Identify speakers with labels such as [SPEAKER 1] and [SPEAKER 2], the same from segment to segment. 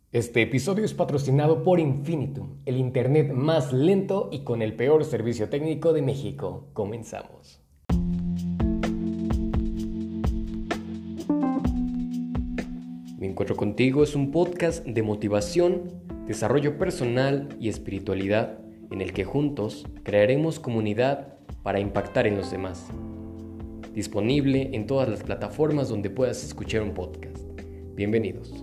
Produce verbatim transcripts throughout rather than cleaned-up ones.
[SPEAKER 1] Este episodio es patrocinado por Infinitum, el internet más lento y con el peor servicio técnico de México. Comenzamos. Mi encuentro contigo es un podcast de motivación, desarrollo personal y espiritualidad en el que juntos crearemos comunidad para impactar en los demás. Disponible en todas las plataformas donde puedas escuchar un podcast. Bienvenidos.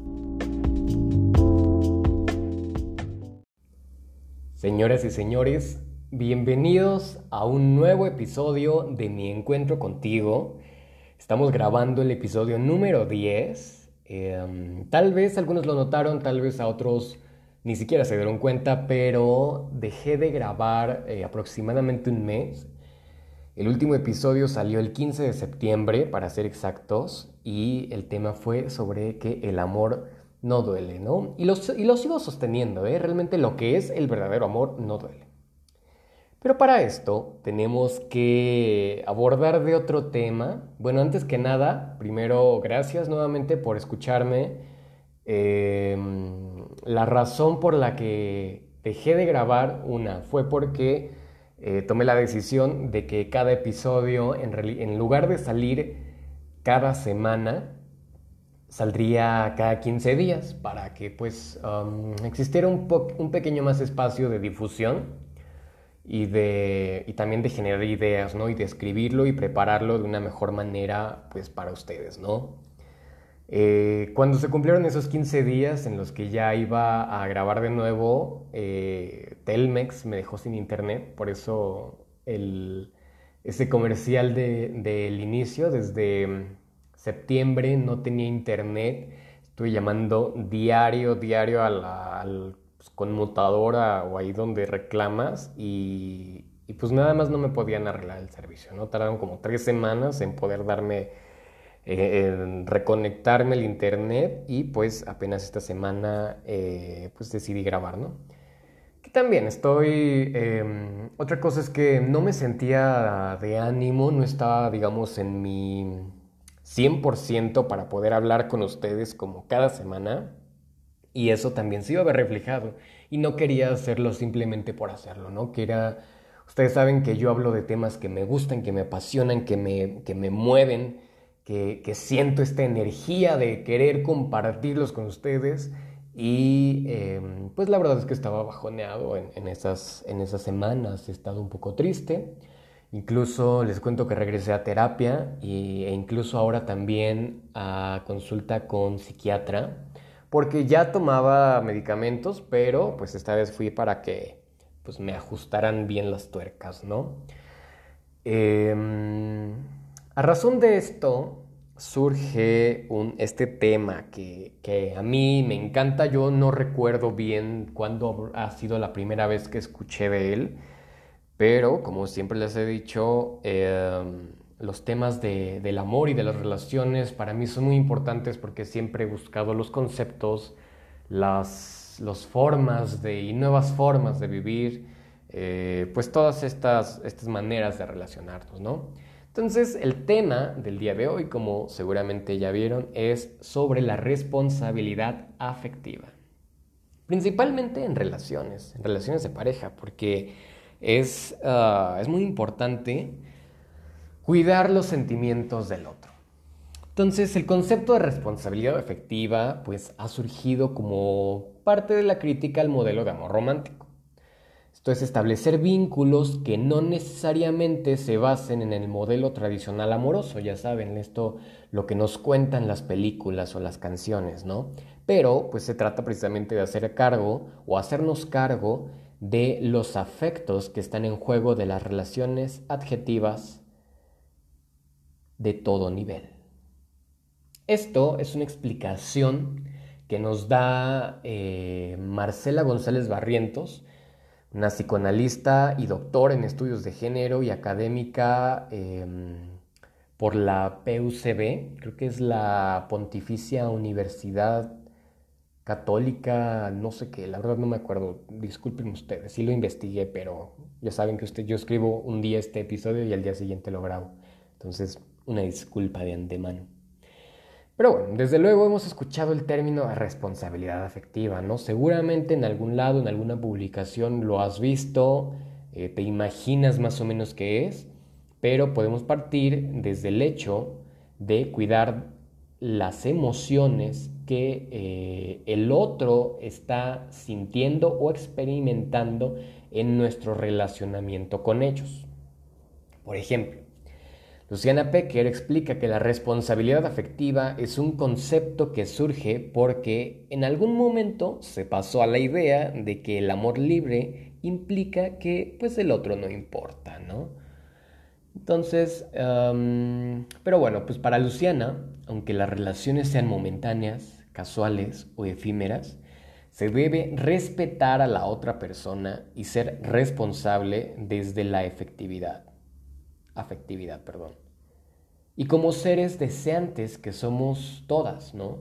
[SPEAKER 1] Señoras y señores, bienvenidos a un nuevo episodio de Mi Encuentro Contigo. Estamos grabando el episodio número diez. Eh, tal vez algunos lo notaron, tal vez a otros ni siquiera se dieron cuenta, pero dejé de grabar eh, aproximadamente un mes. El último episodio salió el quince de septiembre, para ser exactos, y el tema fue sobre que el amor no duele, ¿no? Y lo, y lo sigo sosteniendo, ¿eh? Realmente lo que es el verdadero amor no duele. Pero para esto tenemos que abordar de otro tema. Bueno, antes que nada, primero, gracias nuevamente por escucharme. Eh, la razón por la que dejé de grabar una fue porque eh, tomé la decisión de que cada episodio, en, en lugar de salir cada semana, saldría cada quince días para que pues um, existiera un, po- un pequeño más espacio de difusión y, de, y también de generar ideas, ¿no? Y de escribirlo y prepararlo de una mejor manera pues para ustedes, ¿no? Eh, cuando se cumplieron esos quince días en los que ya iba a grabar de nuevo, eh, Telmex me dejó sin internet, por eso el, ese comercial de, del inicio, desde mm, septiembre no tenía internet, estuve llamando diario, diario a la, al pues, conmutadora o ahí donde reclamas y, y pues nada más no me podían arreglar el servicio, ¿no? Tardaron como tres semanas en poder darme eh, en reconectarme al internet y pues apenas esta semana eh, pues decidí grabar, ¿no? Que también estoy... eh, otra cosa es que no me sentía de ánimo, no estaba, digamos, en mi cien por ciento para poder hablar con ustedes como cada semana. Y eso también se iba a ver reflejado. Y no quería hacerlo simplemente por hacerlo, ¿no? Que era... Ustedes saben que yo hablo de temas que me gustan, que me apasionan, que me, que me mueven, que, que siento esta energía de querer compartirlos con ustedes. Y eh, pues la verdad es que estaba bajoneado en, en, esas, en esas semanas. He estado un poco triste. Incluso les cuento que regresé a terapia y, e incluso ahora también a consulta con psiquiatra porque ya tomaba medicamentos, pero pues esta vez fui para que pues me ajustaran bien las tuercas, ¿no? Eh, a razón de esto surge un, este tema que, que a mí me encanta. Yo no recuerdo bien cuándo ha sido la primera vez que escuché de él, pero como siempre les he dicho, eh, los temas de, del amor y de las relaciones para mí son muy importantes porque siempre he buscado los conceptos, las, las formas de, y nuevas formas de vivir, eh, pues todas estas, estas maneras de relacionarnos, ¿no? Entonces el tema del día de hoy, como seguramente ya vieron, es sobre la responsabilidad afectiva. Principalmente en relaciones, en relaciones de pareja, porque es, uh, es muy importante cuidar los sentimientos del otro. Entonces, el concepto de responsabilidad afectiva pues ha surgido como parte de la crítica al modelo de amor romántico. Esto es establecer vínculos que no necesariamente se basen en el modelo tradicional amoroso, ya saben, esto lo que nos cuentan las películas o las canciones, ¿no? Pero pues se trata precisamente de hacer cargo o hacernos cargo de los afectos que están en juego de las relaciones adjetivas de todo nivel. Esto es una explicación que nos da eh, Marcela González Barrientos, una psicoanalista y doctor en estudios de género y académica eh, por la P U C B, creo que es la Pontificia Universidad Católica, no sé qué, la verdad no me acuerdo, disculpen ustedes, sí lo investigué, pero ya saben que usted, yo escribo un día este episodio y al día siguiente lo grabo, entonces una disculpa de antemano. Pero bueno, desde luego hemos escuchado el término de responsabilidad afectiva, ¿no? Seguramente en algún lado, en alguna publicación lo has visto, eh, te imaginas más o menos qué es, pero podemos partir desde el hecho de cuidar las emociones que eh, el otro está sintiendo o experimentando en nuestro relacionamiento con ellos. Por ejemplo, Luciana Pecker explica que la responsabilidad afectiva es un concepto que surge porque en algún momento se pasó a la idea de que el amor libre implica que pues el otro no importa, ¿no? Entonces, um, pero bueno, pues para Luciana, aunque las relaciones sean momentáneas, casuales o efímeras, se debe respetar a la otra persona y ser responsable desde la efectividad, afectividad, perdón. Y como seres deseantes que somos todas, ¿no?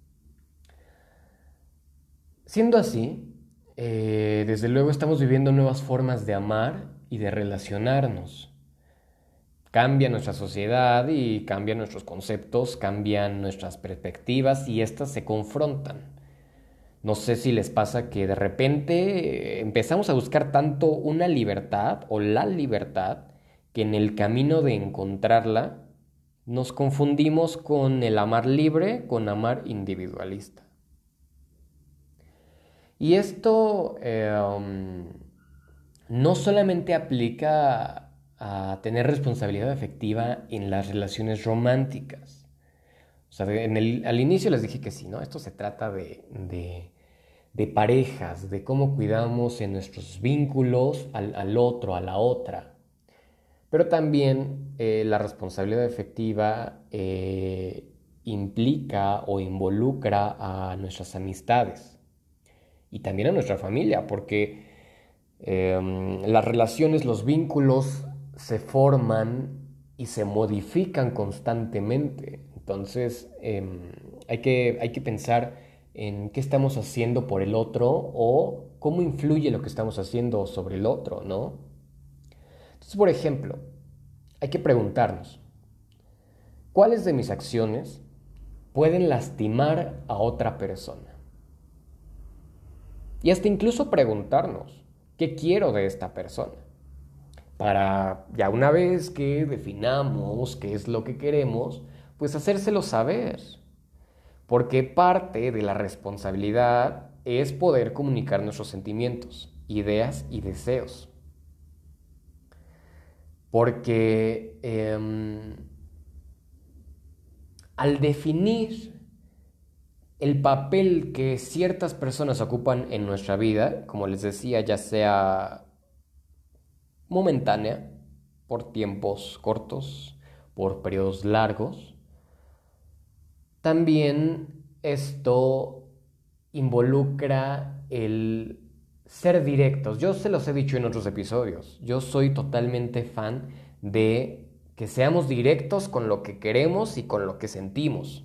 [SPEAKER 1] Siendo así, eh, desde luego estamos viviendo nuevas formas de amar y de relacionarnos. Cambia nuestra sociedad y cambian nuestros conceptos, cambian nuestras perspectivas y éstas se confrontan. No sé si les pasa que de repente eh, empezamos a buscar tanto una libertad o la libertad que en el camino de encontrarla nos confundimos con el amar libre, con amar individualista. Y esto eh, um, no solamente aplica a tener responsabilidad afectiva en las relaciones románticas. O sea, en el, al inicio les dije que sí, ¿no? Esto se trata de, de, de parejas, de cómo cuidamos en nuestros vínculos al, al otro, a la otra. Pero también eh, la responsabilidad efectiva eh, implica o involucra a nuestras amistades y también a nuestra familia, porque eh, las relaciones, los vínculos se forman y se modifican constantemente. Entonces eh, hay que, hay que pensar en qué estamos haciendo por el otro o cómo influye lo que estamos haciendo sobre el otro, ¿no? Entonces, por ejemplo, hay que preguntarnos, ¿cuáles de mis acciones pueden lastimar a otra persona? Y hasta incluso preguntarnos, ¿qué quiero de esta persona? Para ya una vez que definamos qué es lo que queremos, pues hacérselo saber. Porque parte de la responsabilidad es poder comunicar nuestros sentimientos, ideas y deseos. Porque eh, al definir el papel que ciertas personas ocupan en nuestra vida, como les decía, ya sea momentánea, por tiempos cortos, por periodos largos, también esto involucra el ser directos. Yo se los he dicho en otros episodios. Yo soy totalmente fan de que seamos directos con lo que queremos y con lo que sentimos.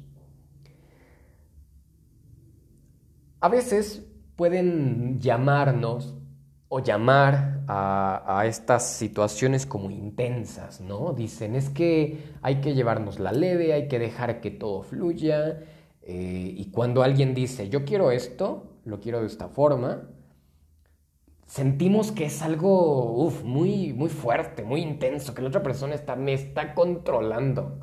[SPEAKER 1] A veces pueden llamarnos o llamar a, a estas situaciones como intensas, ¿no? Dicen, es que hay que llevarnos la leve, hay que dejar que todo fluya. Eh, y cuando alguien dice, yo quiero esto, lo quiero de esta forma, sentimos que es algo uf, muy, muy fuerte, muy intenso, que la otra persona está, me está controlando.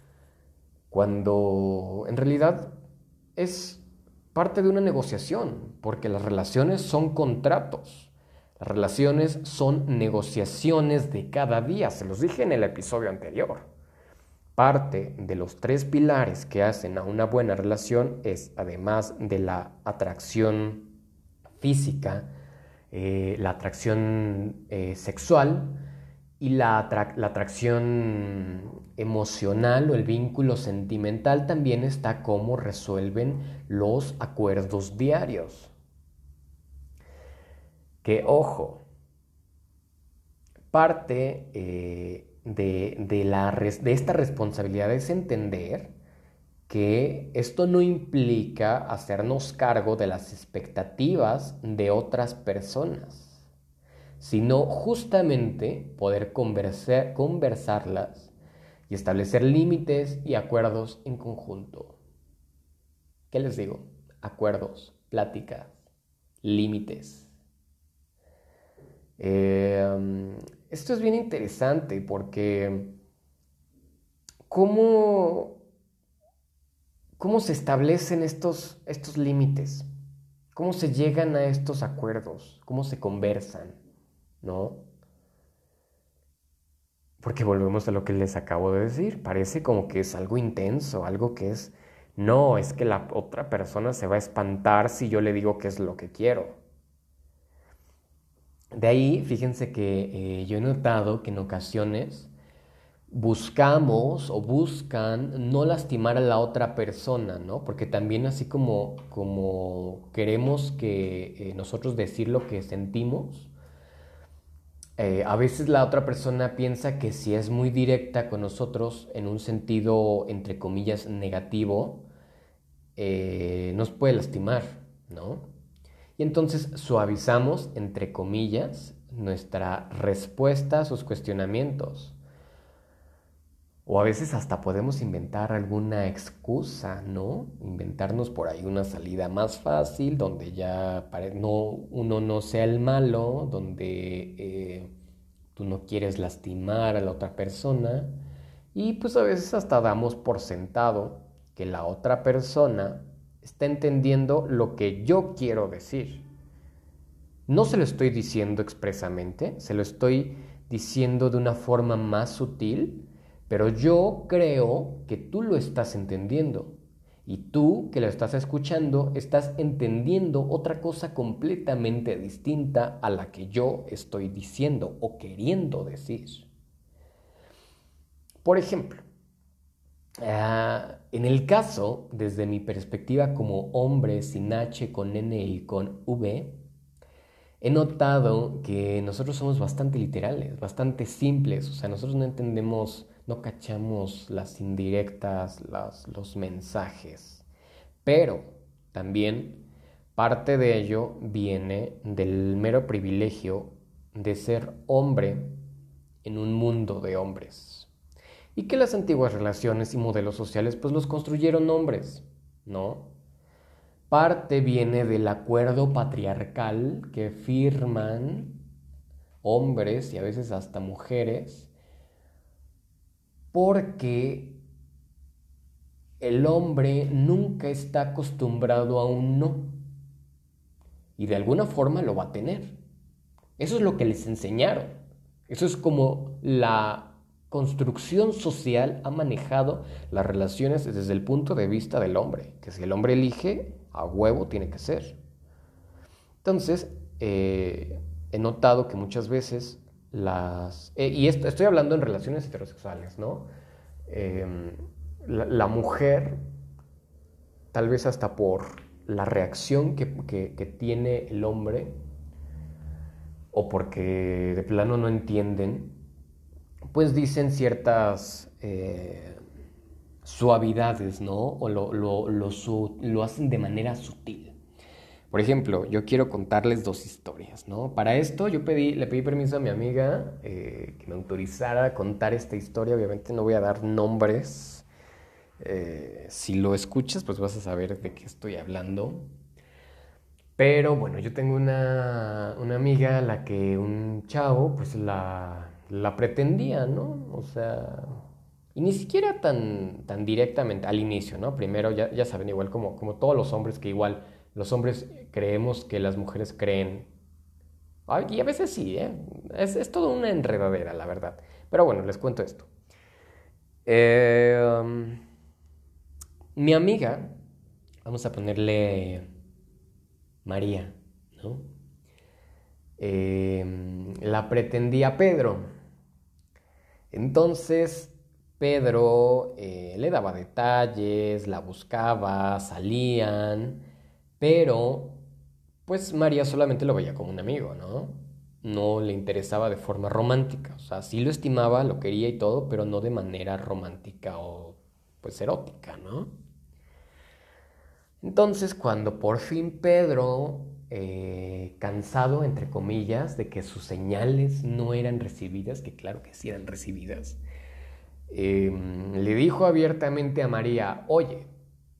[SPEAKER 1] Cuando en realidad es parte de una negociación, porque las relaciones son contratos. Las relaciones son negociaciones de cada día, se los dije en el episodio anterior. Parte de los tres pilares que hacen a una buena relación es, además de la atracción física, eh, la atracción eh, sexual y la, atra- la atracción emocional o el vínculo sentimental, también está cómo resuelven los acuerdos diarios. Que, ojo, parte eh, de, de, la, de esta responsabilidad es entender que esto no implica hacernos cargo de las expectativas de otras personas, sino justamente poder conversar, conversarlas y establecer límites y acuerdos en conjunto. ¿Qué les digo? Acuerdos, pláticas, límites. Eh, esto es bien interesante porque ¿cómo, cómo se establecen estos, estos límites? ¿Cómo se llegan a estos acuerdos? ¿Cómo se conversan? ¿No? Porque volvemos a lo que les acabo de decir. Parece como que es algo intenso, algo que es... No, es que la otra persona se va a espantar si yo le digo qué es lo que quiero. De ahí, fíjense que eh, yo he notado que en ocasiones buscamos o buscan no lastimar a la otra persona, ¿no? Porque también así como, como queremos que eh, nosotros decir lo que sentimos, eh, a veces la otra persona piensa que si es muy directa con nosotros en un sentido, entre comillas, negativo, eh, nos puede lastimar, ¿no? Y entonces suavizamos, entre comillas, nuestra respuesta a sus cuestionamientos. O a veces hasta podemos inventar alguna excusa, ¿no? Inventarnos por ahí una salida más fácil, donde ya no, uno no sea el malo, donde eh, tú no quieres lastimar a la otra persona. Y pues a veces hasta damos por sentado que la otra persona está entendiendo lo que yo quiero decir. No se lo estoy diciendo expresamente, se lo estoy diciendo de una forma más sutil, pero yo creo que tú lo estás entendiendo. Y tú que lo estás escuchando, estás entendiendo otra cosa completamente distinta a la que yo estoy diciendo o queriendo decir. Por ejemplo, uh, en el caso, desde mi perspectiva como hombre sin H, con N y con V, he notado que nosotros somos bastante literales, bastante simples. O sea, nosotros no entendemos, no cachamos las indirectas, las, los mensajes. Pero también parte de ello viene del mero privilegio de ser hombre en un mundo de hombres. Y que las antiguas relaciones y modelos sociales pues los construyeron hombres, ¿no? Parte viene del acuerdo patriarcal que firman hombres y a veces hasta mujeres, porque el hombre nunca está acostumbrado a un no y de alguna forma lo va a tener. Eso es lo que les enseñaron. Eso es como la construcción social ha manejado las relaciones desde el punto de vista del hombre, que si el hombre elige, a huevo tiene que ser. Entonces, eh, he notado que muchas veces las... Eh, y esto, estoy hablando en relaciones heterosexuales, ¿no? Eh, la, la mujer, tal vez hasta por la reacción que, que, que tiene el hombre, o porque de plano no entienden, pues dicen ciertas eh, suavidades, ¿no? O lo, lo, lo, su, lo hacen de manera sutil. Por ejemplo, yo quiero contarles dos historias, ¿no? Para esto yo pedí, le pedí permiso a mi amiga eh, que me autorizara a contar esta historia. Obviamente no voy a dar nombres. Eh, si lo escuchas, pues vas a saber de qué estoy hablando. Pero bueno, yo tengo una, una amiga a la que un chavo pues la, la pretendía, ¿no? O sea, y ni siquiera tan, tan directamente al inicio, ¿no? Primero, ya, ya saben, igual como, como todos los hombres, que igual los hombres creemos que las mujeres creen. Ay, y a veces sí, ¿eh? Es, es todo una enredadera, la verdad. Pero bueno, les cuento esto. Eh, um, mi amiga, vamos a ponerle María, ¿no? Eh, la pretendía Pedro. Entonces Pedro eh, le daba detalles, la buscaba, salían, pero pues María solamente lo veía como un amigo, ¿no? No le interesaba de forma romántica. O sea, sí lo estimaba, lo quería y todo, pero no de manera romántica o pues erótica, ¿no? Entonces, cuando por fin Pedro, eh, cansado, entre comillas, de que sus señales no eran recibidas, que claro que sí eran recibidas, eh, le dijo abiertamente a María, oye,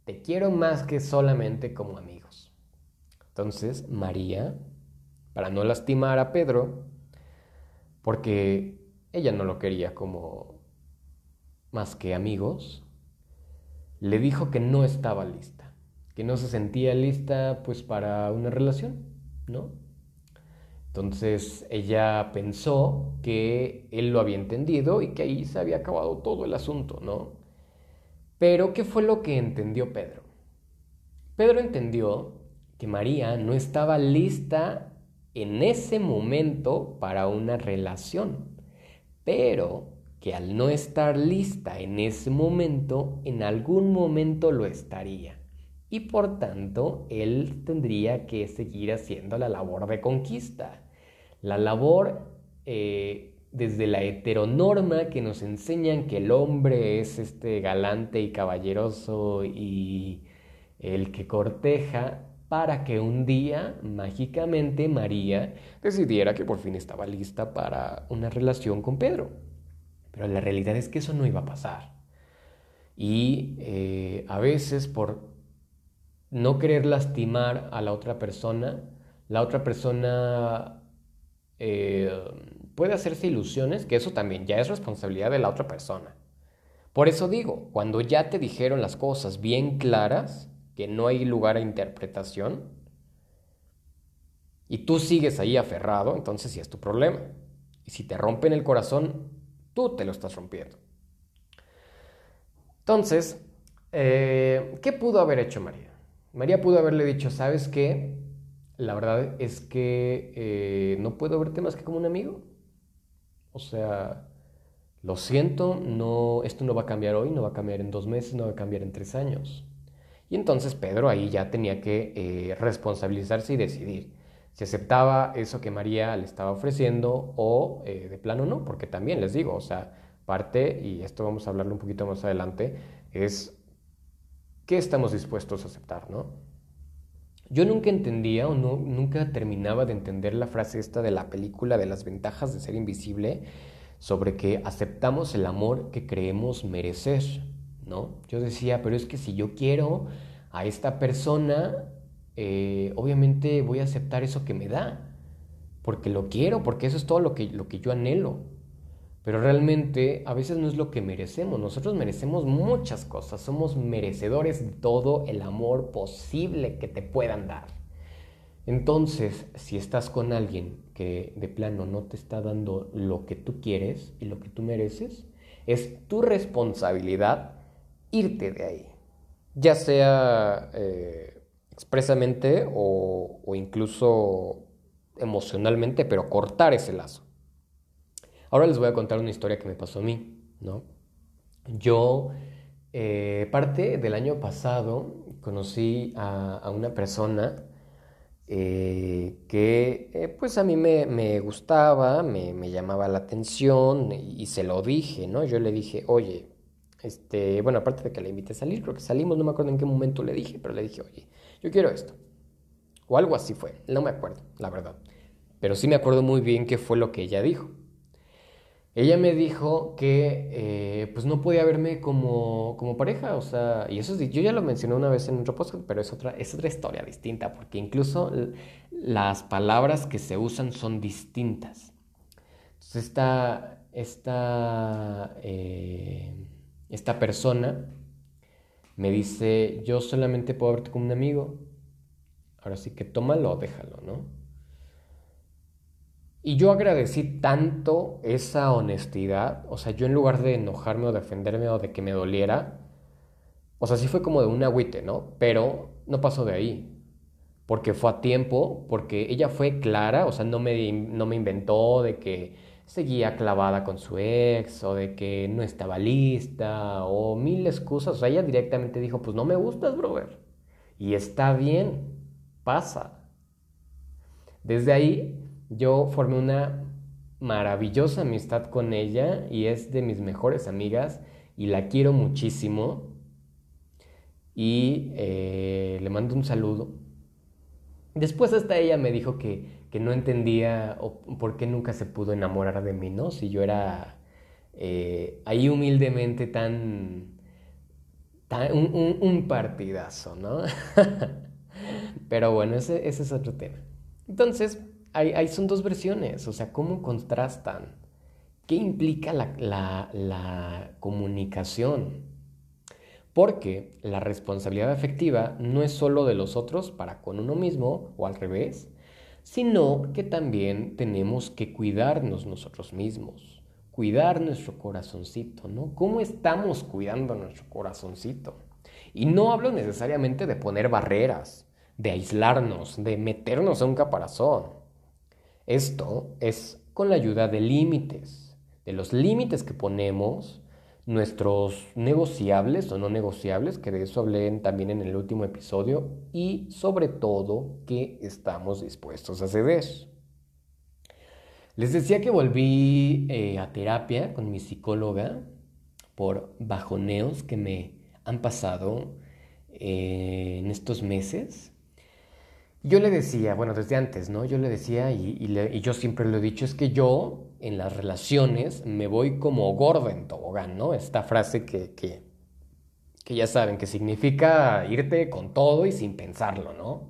[SPEAKER 1] te quiero más que solamente como amigos. Entonces María, para no lastimar a Pedro, porque ella no lo quería como más que amigos, le dijo que no estaba lista, que no se sentía lista pues para una relación, ¿no? Entonces ella pensó que él lo había entendido y que ahí se había acabado todo el asunto, ¿no? Pero ¿qué fue lo que entendió Pedro? Pedro entendió que María no estaba lista en ese momento para una relación, pero que al no estar lista en ese momento, en algún momento lo estaría. Y por tanto, él tendría que seguir haciendo la labor de conquista. La labor eh, desde la heteronorma que nos enseñan que el hombre es este galante y caballeroso y el que corteja, para que un día, mágicamente, María decidiera que por fin estaba lista para una relación con Pedro. Pero la realidad es que eso no iba a pasar. Y eh, a veces por no querer lastimar a la otra persona, la otra persona eh, puede hacerse ilusiones, que eso también ya es responsabilidad de la otra persona. Por eso digo, cuando ya te dijeron las cosas bien claras, que no hay lugar a interpretación, y tú sigues ahí aferrado, entonces sí es tu problema. Y si te rompen el corazón, tú te lo estás rompiendo. Entonces, eh, ¿qué pudo haber hecho María? María pudo haberle dicho, ¿sabes qué? La verdad es que eh, no puedo verte más que como un amigo. O sea, lo siento, no, esto no va a cambiar hoy, no va a cambiar en dos meses, no va a cambiar en tres años. Y entonces Pedro ahí ya tenía que eh, responsabilizarse y decidir si aceptaba eso que María le estaba ofreciendo o eh, de plano no, porque también les digo, o sea, parte, y esto vamos a hablarlo un poquito más adelante, es qué estamos dispuestos a aceptar, ¿no? Yo nunca entendía o no, nunca terminaba de entender la frase esta de la película de las ventajas de ser invisible sobre que aceptamos el amor que creemos merecer, ¿no? Yo decía, pero es que si yo quiero a esta persona, eh, obviamente voy a aceptar eso que me da, porque lo quiero, porque eso es todo lo que, lo que yo anhelo. Pero realmente a veces no es lo que merecemos. Nosotros merecemos muchas cosas. Somos merecedores de todo el amor posible que te puedan dar. Entonces, si estás con alguien que de plano no te está dando lo que tú quieres y lo que tú mereces, es tu responsabilidad irte de ahí. Ya sea eh, expresamente o, o incluso emocionalmente, pero cortar ese lazo. Ahora les voy a contar una historia que me pasó a mí, ¿no? Yo, eh, parte del año pasado, conocí a, a una persona eh, que eh, pues a mí me, me gustaba, me, me llamaba la atención y, y se lo dije, ¿no? Yo le dije, oye, este, bueno, aparte de que le invité a salir, creo que salimos, no me acuerdo en qué momento le dije, pero le dije, oye, yo quiero esto. O algo así fue, no me acuerdo, la verdad. Pero sí me acuerdo muy bien qué fue lo que ella dijo. Ella me dijo que eh, pues no podía verme como, como pareja, o sea, y eso sí, yo ya lo mencioné una vez en otro podcast, pero es otra, es otra historia distinta, porque incluso l- las palabras que se usan son distintas. Entonces esta, esta, eh, esta persona me dice, yo solamente puedo verte como un amigo, ahora sí que tómalo o déjalo, ¿no? Y yo agradecí tanto esa honestidad, o sea, yo en lugar de enojarme o defenderme o de que me doliera, o sea, sí fue como de un agüite, ¿no? Pero no pasó de ahí, porque fue a tiempo, porque ella fue clara, o sea, no me, no me inventó de que seguía clavada con su ex o de que no estaba lista o mil excusas, o sea, ella directamente dijo, pues no me gustas, brother, y está bien, pasa. Desde ahí yo formé una maravillosa amistad con ella y es de mis mejores amigas y la quiero muchísimo y eh, le mando un saludo. Después hasta ella me dijo que, que no entendía o por qué nunca se pudo enamorar de mí, ¿no? Si yo era eh, ahí humildemente tan, un, un, un partidazo, ¿no? Pero bueno, ese, ese es otro tema. Entonces, ahí, ahí son dos versiones, o sea, ¿cómo contrastan? ¿Qué implica la, la, la comunicación? Porque la responsabilidad afectiva no es solo de los otros para con uno mismo o al revés, sino que también tenemos que cuidarnos nosotros mismos, cuidar nuestro corazoncito, ¿no? ¿Cómo estamos cuidando nuestro corazoncito? Y no hablo necesariamente de poner barreras, de aislarnos, de meternos a un caparazón. Esto es con la ayuda de límites, de los límites que ponemos, nuestros negociables o no negociables, que de eso hablé también en el último episodio, y sobre todo que estamos dispuestos a ceder. Les decía que volví eh, a terapia con mi psicóloga por bajoneos que me han pasado eh, en estos meses. Yo le decía, bueno, desde antes, ¿no? Yo le decía, y, y, le- y yo siempre lo he dicho, es que yo en las relaciones me voy como gordo en tobogán, ¿no? Esta frase que, que, que ya saben, que significa irte con todo y sin pensarlo, ¿no?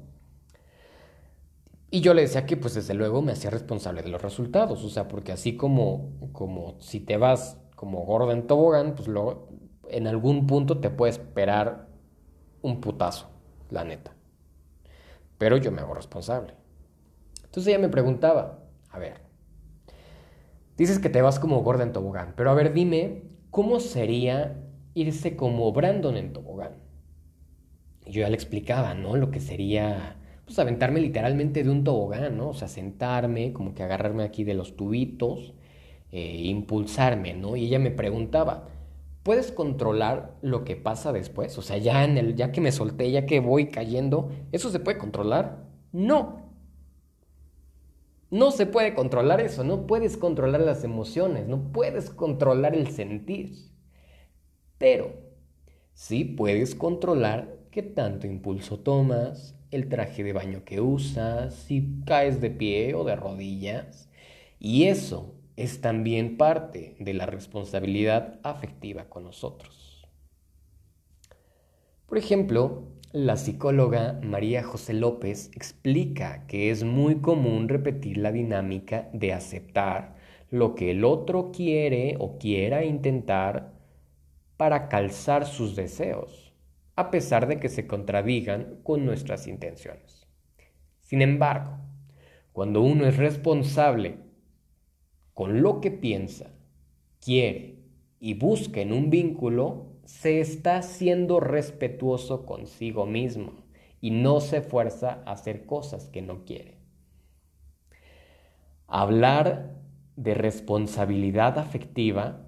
[SPEAKER 1] Y yo le decía que pues desde luego me hacía responsable de los resultados, o sea, porque así como, como si te vas como gordo en tobogán, pues luego en algún punto te puede esperar un putazo, la neta. Pero yo me hago responsable. Entonces ella me preguntaba, a ver, dices que te vas como gorda en tobogán, pero a ver, dime, ¿cómo sería irse como Brandon en tobogán? Y yo ya le explicaba, ¿no? Lo que sería, pues, aventarme literalmente de un tobogán, ¿no? O sea, sentarme, como que agarrarme aquí de los tubitos, e impulsarme, ¿no? Y ella me preguntaba, ¿puedes controlar lo que pasa después? O sea, ya en el, ya que me solté, ya que voy cayendo, ¿eso se puede controlar? No, no se puede controlar eso, no puedes controlar las emociones, no puedes controlar el sentir, pero sí puedes controlar qué tanto impulso tomas, el traje de baño que usas, si caes de pie o de rodillas, y eso es también parte de la responsabilidad afectiva con nosotros. Por ejemplo, la psicóloga María José López explica que es muy común repetir la dinámica de aceptar lo que el otro quiere o quiera intentar para calzar sus deseos, a pesar de que se contradigan con nuestras intenciones. Sin embargo, cuando uno es responsable con lo que piensa, quiere y busca en un vínculo, se está siendo respetuoso consigo mismo y no se fuerza a hacer cosas que no quiere. Hablar de responsabilidad afectiva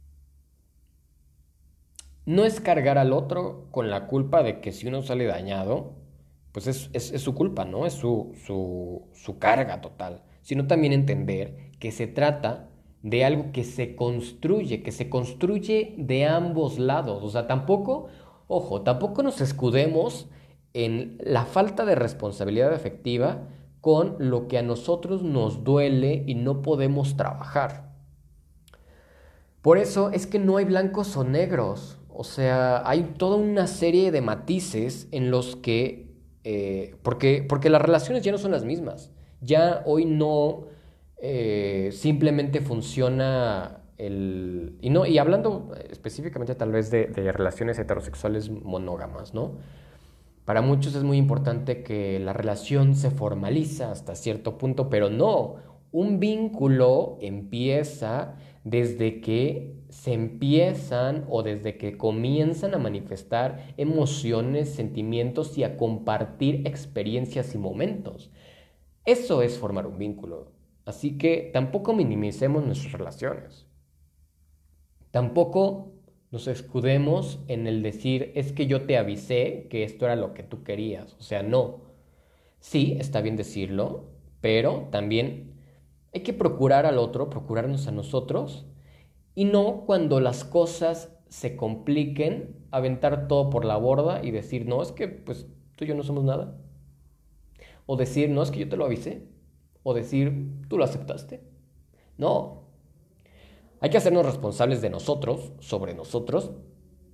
[SPEAKER 1] no es cargar al otro con la culpa de que si uno sale dañado, pues es, es, es su culpa, ¿no? Es su, su, su carga total. Sino también entender que se trata de algo que se construye, que se construye de ambos lados. O sea, tampoco, ojo, tampoco nos escudemos en la falta de responsabilidad afectiva con lo que a nosotros nos duele y no podemos trabajar. Por eso es que no hay blancos o negros. O sea, hay toda una serie de matices en los que... eh, porque, porque las relaciones ya no son las mismas. Ya hoy no eh, simplemente funciona el... Y, no, y hablando específicamente tal vez de, de relaciones heterosexuales monógamas, ¿no? Para muchos es muy importante que la relación se formaliza hasta cierto punto, pero no, un vínculo empieza desde que se empiezan o desde que comienzan a manifestar emociones, sentimientos y a compartir experiencias y momentos. Eso es formar un vínculo. Así que tampoco minimicemos nuestras relaciones. Tampoco nos escudemos en el decir, es que yo te avisé que esto era lo que tú querías. O sea, no. Sí, está bien decirlo, pero también hay que procurar al otro, procurarnos a nosotros, y no cuando las cosas se compliquen, aventar todo por la borda y decir, no, es que pues tú y yo no somos nada. O decir, no, es que yo te lo avisé. O decir, tú lo aceptaste. No, hay que hacernos responsables de nosotros, sobre nosotros,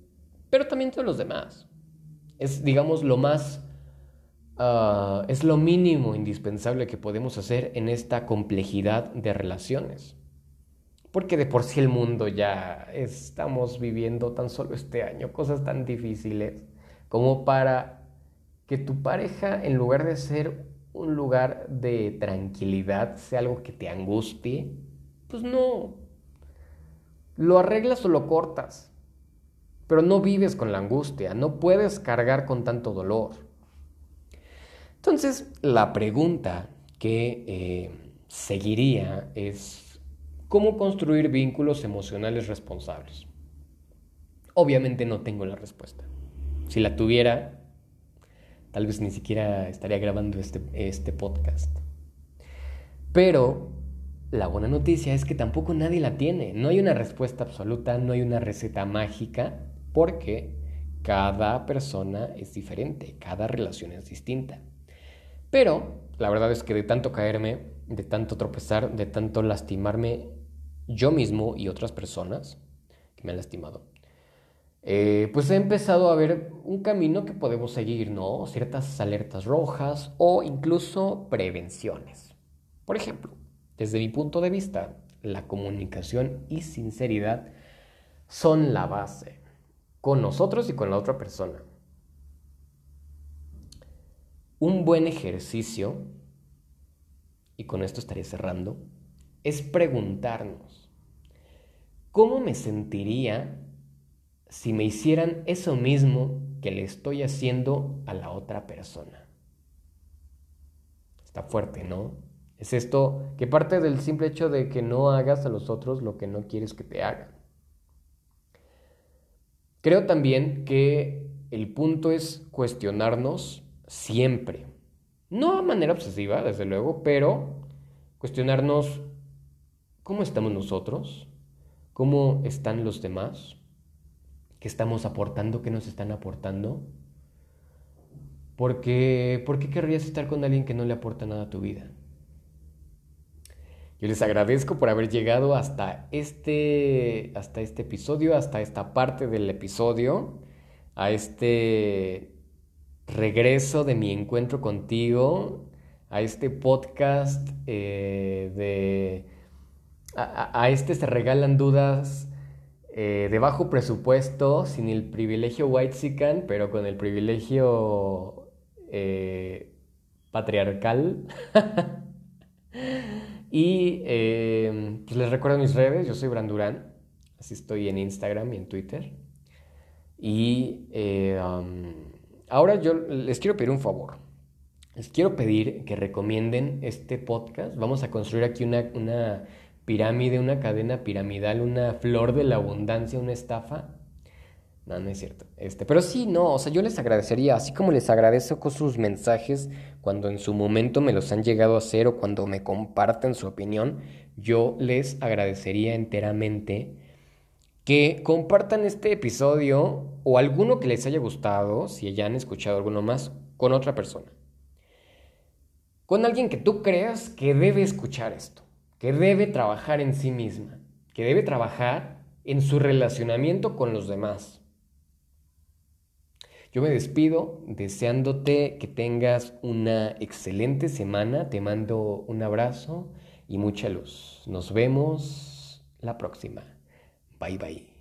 [SPEAKER 1] pero también de los demás. Es, digamos, lo más, uh, es lo mínimo indispensable que podemos hacer en esta complejidad de relaciones. Porque de por sí el mundo ya estamos viviendo tan solo este año cosas tan difíciles como para que tu pareja, en lugar de ser un lugar de tranquilidad, sea algo que te angustie. Pues no, lo arreglas o lo cortas, pero no vives con la angustia, no puedes cargar con tanto dolor. Entonces, la pregunta que eh, seguiría es: ¿cómo construir vínculos emocionales responsables? Obviamente no tengo la respuesta. Si la tuviera, tal vez ni siquiera estaría grabando este, este podcast. Pero la buena noticia es que tampoco nadie la tiene. No hay una respuesta absoluta, no hay una receta mágica, porque cada persona es diferente, cada relación es distinta. Pero la verdad es que de tanto caerme, de tanto tropezar, de tanto lastimarme yo mismo y otras personas que me han lastimado, eh, pues he empezado a ver un camino que podemos seguir, ¿no? Ciertas alertas rojas o incluso prevenciones. Por ejemplo, desde mi punto de vista, la comunicación y sinceridad son la base, con nosotros y con la otra persona. Un buen ejercicio, y con esto estaré cerrando, es preguntarnos: ¿cómo me sentiría si me hicieran eso mismo que le estoy haciendo a la otra persona? Está fuerte, ¿no? Es esto que parte del simple hecho de que no hagas a los otros lo que no quieres que te hagan. Creo también que el punto es cuestionarnos siempre. No de manera obsesiva, desde luego, pero cuestionarnos: ¿cómo estamos nosotros? ¿Cómo están los demás? ¿Qué estamos aportando? ¿Qué nos están aportando? ¿Por qué, ¿Por qué querrías estar con alguien que no le aporta nada a tu vida? Yo les agradezco por haber llegado hasta este, hasta este episodio, hasta esta parte del episodio, a este regreso de mi encuentro contigo, a este podcast eh, de... A, a este se regalan dudas eh, de bajo presupuesto, sin el privilegio whitexican, pero con el privilegio eh, patriarcal. Y eh, pues les recuerdo mis redes. Yo soy Brandurán, así estoy en Instagram y en Twitter. Y eh, um, ahora yo les quiero pedir un favor. Les quiero pedir que recomienden este podcast. Vamos a construir aquí una, una pirámide, una cadena piramidal, una flor de la abundancia, una estafa. No, no es cierto. Este, pero sí, no, o sea, yo les agradecería, así como les agradezco sus mensajes cuando en su momento me los han llegado a hacer o cuando me comparten su opinión, yo les agradecería enteramente que compartan este episodio o alguno que les haya gustado, si ya han escuchado alguno más, con otra persona. Con alguien que tú creas que debe escuchar esto, que debe trabajar en sí misma, que debe trabajar en su relacionamiento con los demás. Yo me despido deseándote que tengas una excelente semana. Te mando un abrazo y mucha luz. Nos vemos la próxima. Bye bye.